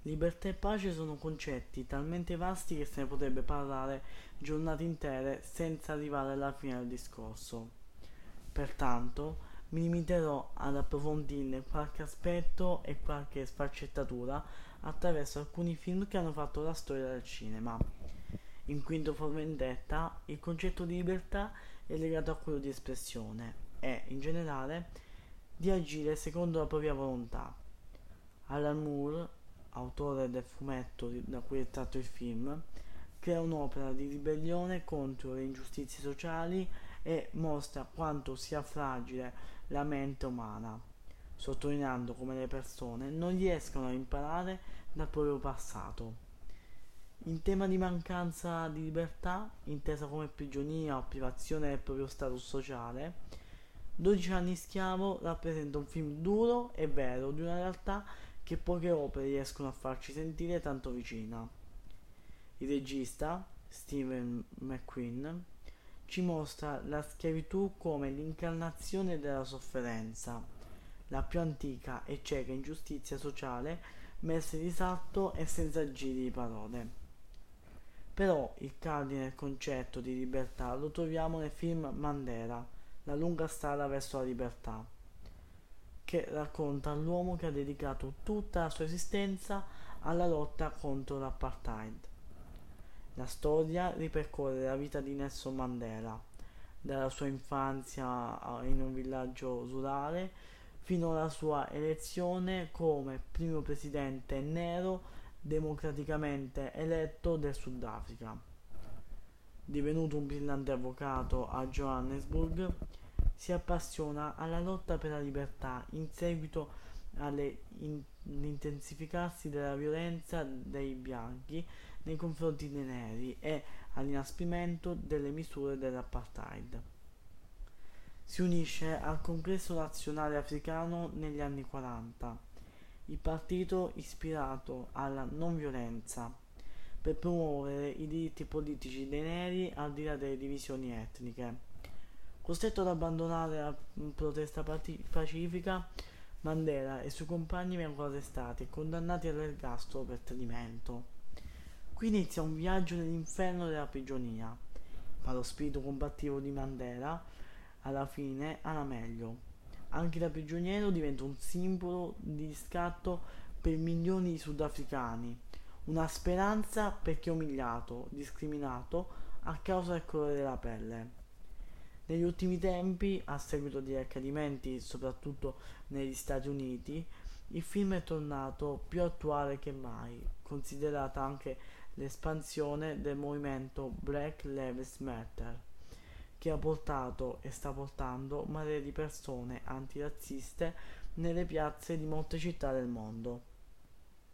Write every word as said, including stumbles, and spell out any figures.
Libertà e pace sono concetti talmente vasti che se ne potrebbe parlare giornate intere senza arrivare alla fine del discorso. Pertanto, mi limiterò ad approfondirne qualche aspetto e qualche sfaccettatura attraverso alcuni film che hanno fatto la storia del cinema. In Quinto For Vendetta, il concetto di libertà è legato a quello di espressione e, in generale, di agire secondo la propria volontà. Alan Moore, autore del fumetto di- da cui è tratto il film, crea un'opera di ribellione contro le ingiustizie sociali e mostra quanto sia fragile la mente umana, sottolineando come le persone non riescano a imparare dal proprio passato. In tema di mancanza di libertà, intesa come prigionia o privazione del proprio status sociale, dodici anni schiavo rappresenta un film duro e vero di una realtà che poche opere riescono a farci sentire tanto vicina. Il regista, Steven McQueen, ci mostra la schiavitù come l'incarnazione della sofferenza, la più antica e cieca ingiustizia sociale messa in risalto e senza giri di parole. Però il cardine del concetto di libertà lo troviamo nel film Mandela, La lunga strada verso la libertà, che racconta l'uomo che ha dedicato tutta la sua esistenza alla lotta contro l'apartheid. La storia ripercorre la vita di Nelson Mandela, dalla sua infanzia in un villaggio rurale fino alla sua elezione come primo presidente nero democraticamente eletto del Sudafrica. Divenuto un brillante avvocato a Johannesburg, si appassiona alla lotta per la libertà in seguito all'intensificarsi della violenza dei bianchi nei confronti dei neri e all'inasprimento delle misure dell'apartheid. Si unisce al Congresso Nazionale Africano negli anni quaranta, il partito ispirato alla non violenza, per promuovere i diritti politici dei neri al di là delle divisioni etniche. Costretto ad abbandonare la protesta pati- pacifica, Mandela e i suoi compagni vengono arrestati e condannati all'ergastolo per tradimento. Qui inizia un viaggio nell'inferno della prigionia, ma lo spirito combattivo di Mandela alla fine ha la meglio. Anche da prigioniero diventa un simbolo di riscatto per milioni di sudafricani, una speranza per chi è umiliato, discriminato a causa del colore della pelle. Negli ultimi tempi, a seguito di accadimenti soprattutto negli Stati Uniti, il film è tornato più attuale che mai, considerata anche l'espansione del movimento Black Lives Matter, che ha portato e sta portando marea di persone antirazziste nelle piazze di molte città del mondo.